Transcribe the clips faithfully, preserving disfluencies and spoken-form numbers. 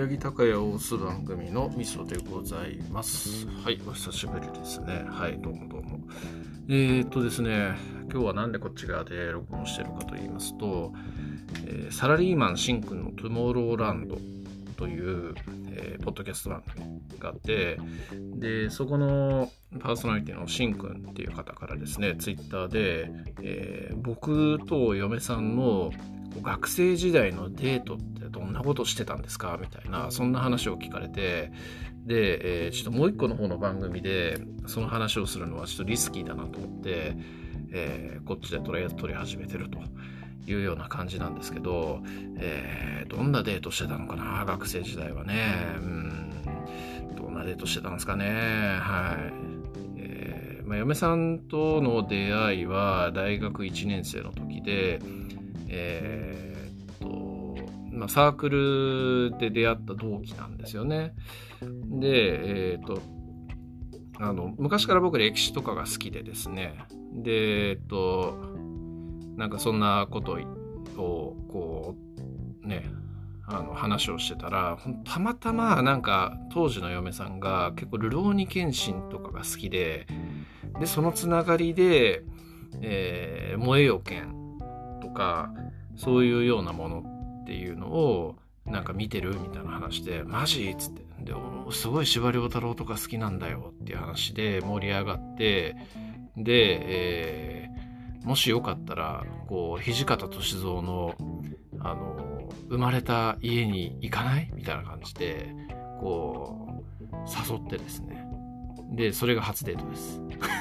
柳高也を推す番組のみそでございます。はい、お久しぶりですね。はい、どうもどうも。えー、っとですね、今日はなんでこっち側で録音してるかと言いますと、えー、サラリーマンしんくんのトゥモローランドという、えー、ポッドキャスト番組があって、で、そこのパーソナリティのしんくんっていう方からですね、ツイッターで、えー、僕と嫁さんの学生時代のデートってどんなことしてたんですかみたいな、そんな話を聞かれて、で、えー、ちょっともう一個の方の番組でその話をするのはちょっとリスキーだなと思って、えー、こっちでとりあえず撮り始めてるというような感じなんですけど、えー、どんなデートしてたのかな、学生時代はね。うん、どんなデートしてたんですかね。はい。えーまあ、嫁さんとの出会いは大学いちねん生の時で、えー、っとまあ、サークルで出会った同期なんですよね。で、えー、っとあの昔から僕歴史とかが好きでですね、で、えっとなんかそんなことをこうね、あの話をしてたら、たまたまなんか当時の嫁さんが結構ルローニケンシンとかが好きで、でそのつながりで、えー、燃えよ剣とかそういうようなものっていうのをなんか見てるみたいな話で、マジっつって、ですごい司馬遼太郎とか好きなんだよっていう話で盛り上がって、で、えー、もしよかったらこう土方歳三のあの生まれた家に行かないみたいな感じでこう誘ってですね、でそれが初デートです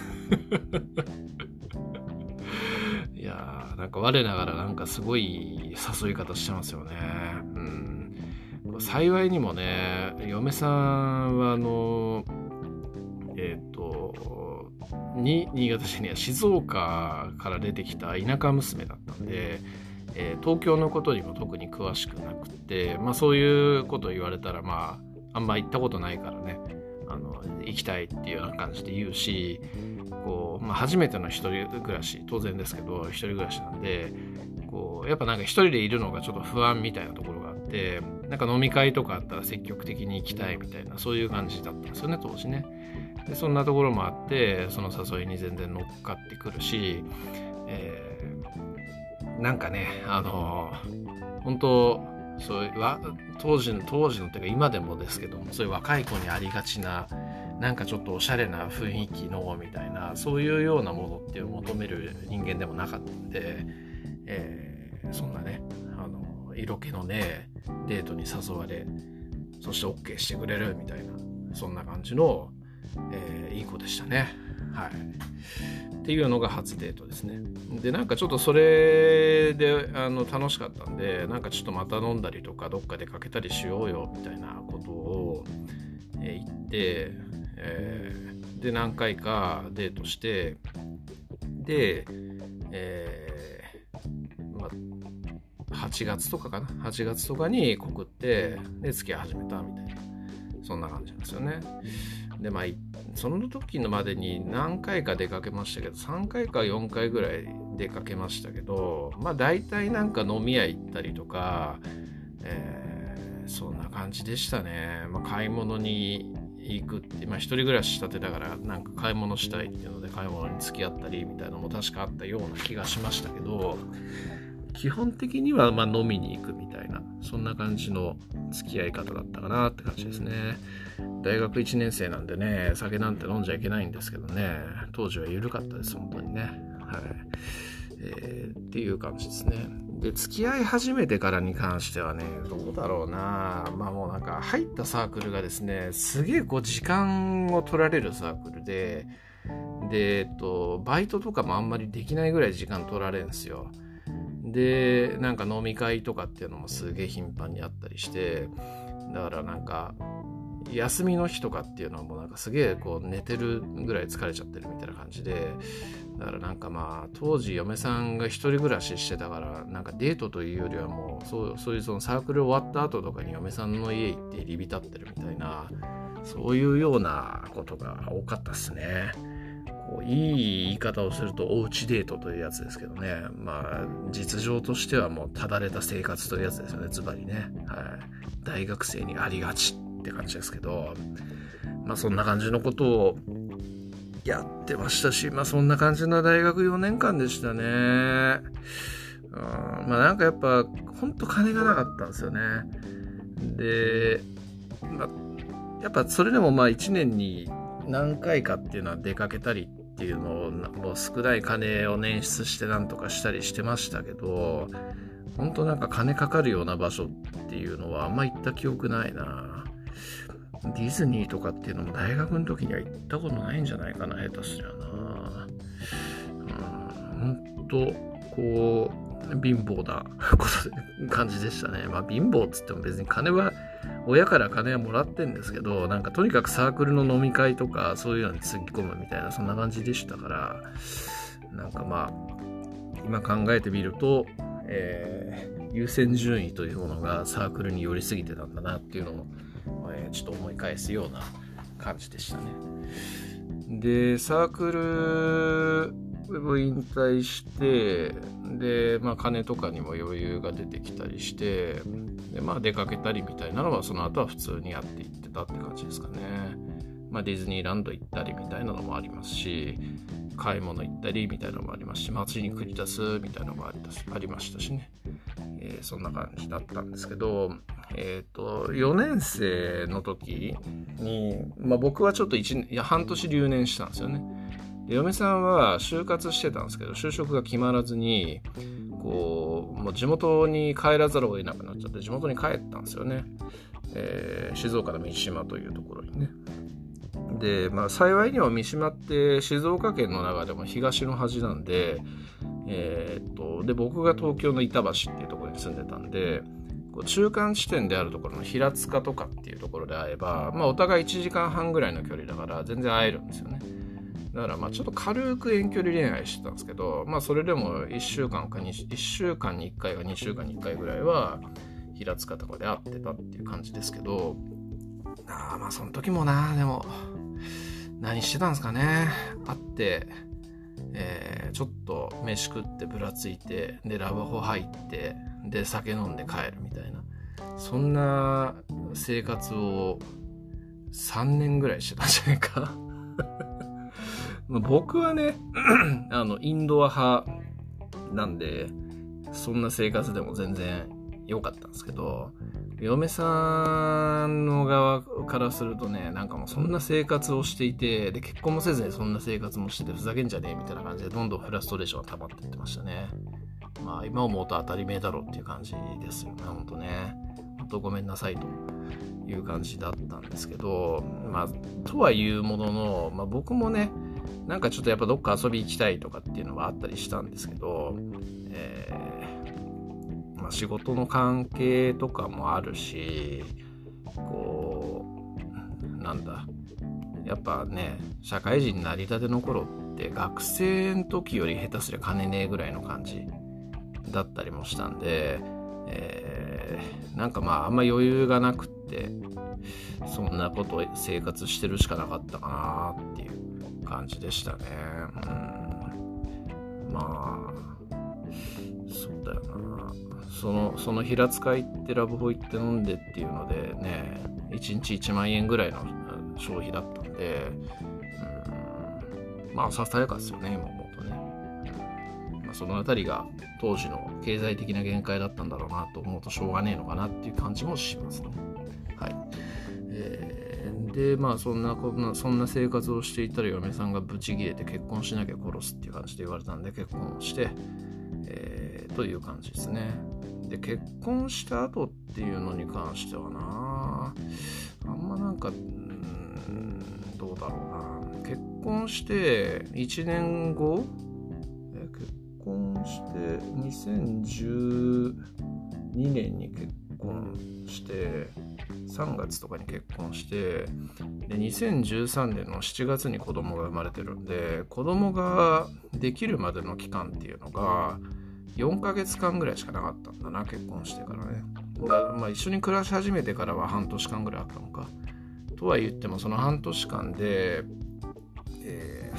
いやー、なんか我ながらなんかすごい誘い方してますよね。うん、幸いにもね、嫁さんはあのえっ、ー、とに新潟市には静岡から出てきた田舎娘だったんで、えー、東京のことにも特に詳しくなくて、まあそういうことを言われたら、まああんま行ったことないからね、あの行きたいっていうような感じで言うし、こう、まあ、初めての一人暮らし、当然ですけど一人暮らしなんで、こうやっぱなんか一人でいるのがちょっと不安みたいなところがあって、なんか飲み会とかあったら積極的に行きたいみたいな、そういう感じだったんですよね、当時ね。でそんなところもあって、その誘いに全然乗っかってくるし、えー、なんかね、あの本当そういう当時の当時のっていうか今でもですけども、そういう若い子にありがちななんかちょっとおしゃれな雰囲気のみたいな、そういうようなものっていうのを求める人間でもなかったんで、えー、そんなね、あの色気のねデートに誘われ、そして OK してくれるみたいな、そんな感じの、えー、いい子でしたね。はい。っていうのが初デートですね。でなんかちょっとそれであの楽しかったんで、なんかちょっとまた飲んだりとかどっか出かけたりしようよみたいなことを、えー、言って、えー、で何回かデートして、で、えーまあ、はちがつとかかなはちがつとかに告って、で付き合い始めたみたいな、そんな感じなんですよね。でまあその時のまでに何回か出かけましたけど、さんかいかよんかいぐらい出かけましたけど、まあ大体なんか飲み屋行ったりとか、えー、そんな感じでしたね。まあ、買い物に行くって、まあ一人暮らししたてだからなんか買い物したいっていうので買い物に付き合ったりみたいなのも確かあったような気がしましたけど、基本的にはまあ飲みに行くみたいな、そんな感じの付き合い方だったかなって感じですね。大学いちねん生なんでね、酒なんて飲んじゃいけないんですけどね、当時は緩かったです本当にね。はい、えー、っていう感じですね。で付き合い始めてからに関してはね、どうだろうな、まあもうなんか入ったサークルがですね、すげえこう時間を取られるサークルで、でえっとバイトとかもあんまりできないぐらい時間取られるんですよ。でなんか飲み会とかっていうのもすげえ頻繁にあったりして、だからなんか休みの日とかっていうのはもうなんかすげえこう寝てるぐらい疲れちゃってるみたいな感じで、だからなんかまあ当時嫁さんが一人暮らししてたから、なんかデートというよりはもうそう、そういうそのサークル終わった後とかに嫁さんの家行って入り浸ってるみたいな、そういうようなことが多かったっすね。 こういい言い方をするとおうちデートというやつですけどね、まあ実情としてはもうただれた生活というやつですよね、ズバリね、はい、大学生にありがちって感じですけど、まあそんな感じのことをやってましたし、まあそんな感じの大学よねんかんでしたね。うん、まあなんかやっぱほんと金がなかったんですよね。で、まあ、やっぱそれでもまあいちねんに何回かっていうのは出かけたりっていうのをもう少ない金を捻出してなんとかしたりしてましたけど、本当なんか金かかるような場所っていうのはあんま行った記憶ないな。ディズニーとかっていうのも大学の時には行ったことないんじゃないかな、下手すりゃな。うん、本当こう貧乏なこと感じでしたね。まあ貧乏っつっても別に金は親から金はもらってんですけど、なんかとにかくサークルの飲み会とかそういうのにつぎ込むみたいな、そんな感じでしたから、なんかまあ今考えてみると、えー、優先順位というものがサークルに寄りすぎてたんだなっていうのを、えー、ちょっと思い返すような感じでしたね。でサークルを引退して、で、まあ、金とかにも余裕が出てきたりして、で、まあ、出かけたりみたいなのはその後は普通にやっていってたって感じですかね。まあ、ディズニーランド行ったりみたいなのもありますし、買い物行ったりみたいなのもありますし、街に繰り出すみたいなのもありありましたしね、えー、そんな感じだったんですけど、えっとよねん生の時に、まあ、僕はちょっといちねんいや半年留年したんですよね。で嫁さんは就活してたんですけど、就職が決まらずにこうもう地元に帰らざるを得なくなっちゃって地元に帰ったんですよね、えー、静岡の三島というところにね。で、まあ、幸いには三島って静岡県の中でも東の端なんで、えー、っとで僕が東京の板橋っていうところに住んでたんで、こう中間地点であるところの平塚とかっていうところで会えば、まあ、お互いいちじかんはんぐらいの距離だから全然会えるんですよね。だからまあちょっと軽く遠距離恋愛してたんですけど、まあそれでもいっしゅうかんかにいっしゅうかんにいっかいかにしゅうかんにいっかいぐらいは平塚とかで会ってたっていう感じですけど、あまあその時もな、でも何してたんですかね。会って、えー、ちょっと飯食ってぶらついて、でラブホ入って、で酒飲んで帰るみたいな、そんな生活をさんねんぐらいしてたんじゃないか僕はねあのインドア派なんでそんな生活でも全然良かったんですけど、嫁さんの側からするとね、なんかもうそんな生活をしていて、で結婚もせずにそんな生活もしててふざけんじゃねえみたいな感じでどんどんフラストレーションが溜まっていってましたね。まあ今思うと当たり前だろうっていう感じですよね。ほんとね、ほんとごめんなさいという感じだったんですけど、まあとはいうものの、まあ、僕もねなんかちょっとやっぱどっか遊び行きたいとかっていうのはあったりしたんですけど、えーまあ、仕事の関係とかもあるし、こうなんだやっぱね社会人になりたての頃って学生の時より下手すりゃ金ねえぐらいの感じだったりもしたんで、えー、なんかまああんま余裕がなくってそんなことを生活してるしかなかったかなっていう感じでしたね。うん、まあそうだよな。そのその平塚行ってラブホ行って飲んでっていうのでね、いちにちいちまんえんぐらいの消費だったんで、うん、まあささやかですよね今思うとね。うん、まあ、そのあたりが当時の経済的な限界だったんだろうなと思うとしょうがねえのかなっていう感じもしますね。はい。えー、でまあそんなこんなそんな生活をしていたら嫁さんがブチギレて結婚しなきゃ殺すっていう感じで言われたんで結婚して、えー、という感じですね。で結婚した後っていうのに関してはな、あんまなんかうーんどうだろうな。結婚していちねんご、え結婚してにせんじゅうにねんに結婚してさんがつとかに結婚してでにせんじゅうさんねんのしちがつに子供が生まれてるんで、子供ができるまでの期間っていうのがよんかげつかんぐらいしかなかったんだな、結婚してからね。だまあ一緒に暮らし始めてからは半年間ぐらいあったのか。とは言ってもその半年間で、えー、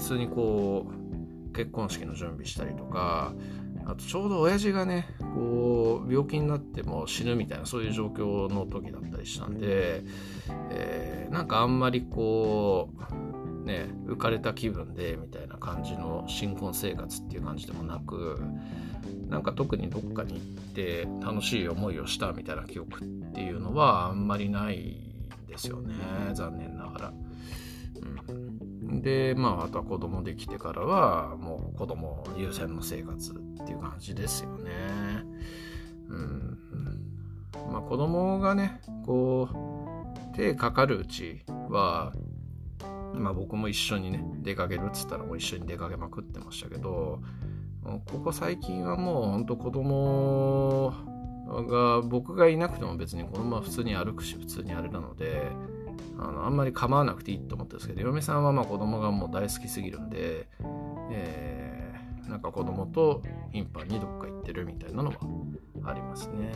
通にこう結婚式の準備したりとか、あとちょうど親父がねこう病気になっても死ぬみたいなそういう状況の時だったりしたんで、えー、なんかあんまりこうね浮かれた気分でみたいな感じの新婚生活っていう感じでもなく、なんか特にどっかに行って楽しい思いをしたみたいな記憶っていうのはあんまりないですよね、残念ながら。うん、でまああとは子供できてからはもう子供優先の生活っていう感じですよね。うん、まあ子供がねこう手かかるうちはまあ僕も一緒にね出かけるっつったらもう一緒に出かけまくってましたけど、ここ最近はもうほんと子供が僕がいなくても別に子供は普通に歩くし普通にあれなので、あのあんまり構わなくていいと思ってるんですけど、嫁さんはまあ子供がもう大好きすぎるんで、えー、なんか子供と頻繁にどっか行ってるみたいなのはありますね。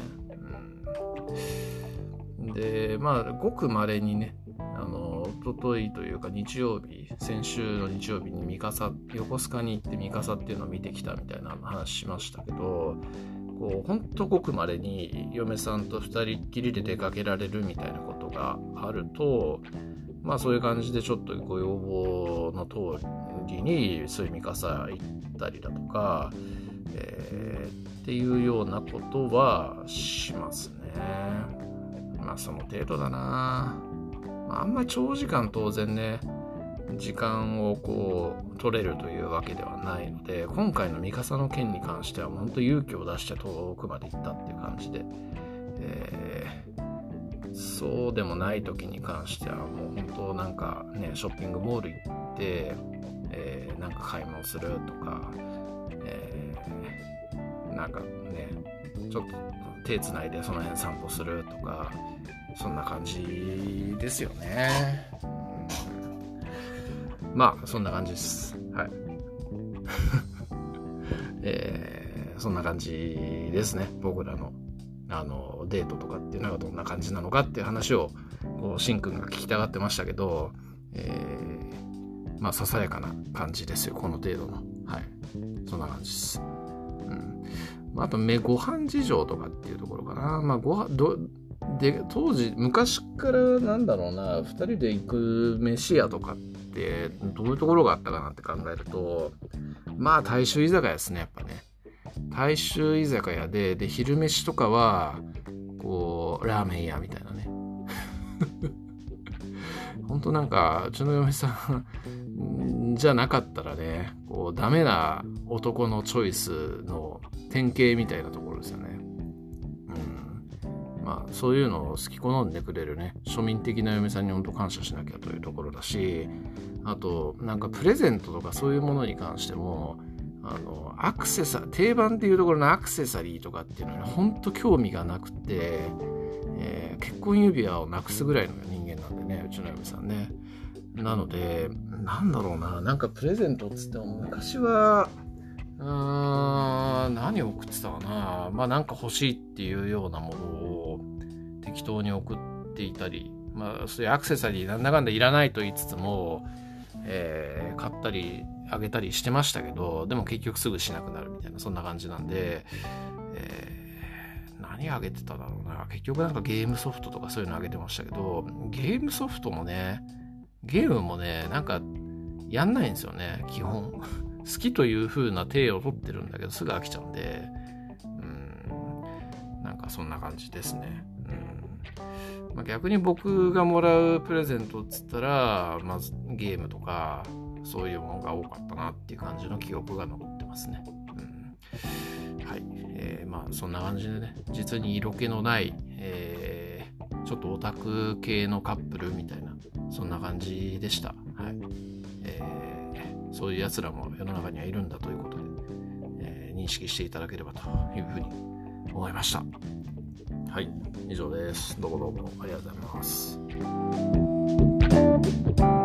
うん、でまあごく稀にねあの一昨日というか日曜日先週の日曜日に三笠横須賀に行って三笠っていうのを見てきたみたいな話しましたけど、こうほんとごくまでに嫁さんと二人っきりで出かけられるみたいなことがあると、まあそういう感じでちょっとご要望の通りにそういう三笠行ったりだとか、えー、っていうようなことはしますね。まあその程度だな。まあ、あんまり長時間当然ね時間をこう取れるというわけではないので、今回の三笠の件に関しては本当勇気を出して遠くまで行ったっていう感じで、えー、そうでもない時に関してはもう本当なんかねショッピングモール行って、えー、なんか買い物するとか、えー、なんかねちょっと手つないでその辺散歩するとか、そんな感じですよね。まあそんな感じです。はい。えー、そんな感じですね。僕らのあのデートとかっていうのがどんな感じなのかっていう話をこうしんくんが聞きたがってましたけど、えー、まあささやかな感じですよこの程度の。はい。そんな感じです。うん。あとめご飯事情とかっていうところかな。まあご飯どで当時昔からなんだろうなふたりで行く飯屋とかってどういうところがあったかなって考えると、まあ大衆居酒屋ですねやっぱね。大衆居酒屋でで昼飯とかはこうラーメン屋みたいなね。ほんとなんかうちの嫁さんじゃなかったらねこうダメな男のチョイスの典型みたいなところですよね。まあ、そういうのを好き好んでくれるね庶民的な嫁さんに本当感謝しなきゃというところだし、あとなんかプレゼントとかそういうものに関してもあのアクセサ定番っていうところのアクセサリーとかっていうのに本当興味がなくて、えー、結婚指輪をなくすぐらいの人間なんでねうちの嫁さんね。なのでなんだろうななんかプレゼントっつっても昔はうーん何を送ってたかな、まあなんか欲しいっていうようなものを適当に送っていたり、まあそういうアクセサリーなんだかんだいらないと言いつつも、えー、買ったりあげたりしてましたけど、でも結局すぐしなくなるみたいなそんな感じなんで、えー、何あげてただろうな、結局なんかゲームソフトとかそういうのあげてましたけど、ゲームソフトもねゲームもねなんかやんないんですよね基本。好きという風な体を取ってるんだけどすぐ飽きちゃうんで、うんなんかそんな感じですね。うんまあ、逆に僕がもらうプレゼントっつったらまずゲームとかそういうものが多かったなっていう感じの記憶が残ってますね。うん、はい、えー、まあそんな感じでね実に色気のない、えー、ちょっとオタク系のカップルみたいなそんな感じでした。はい。えーそういう奴らも世の中にはいるんだということで、えー、認識していただければというふうに思いました。はい、以上です。どうもどうもありがとうございます。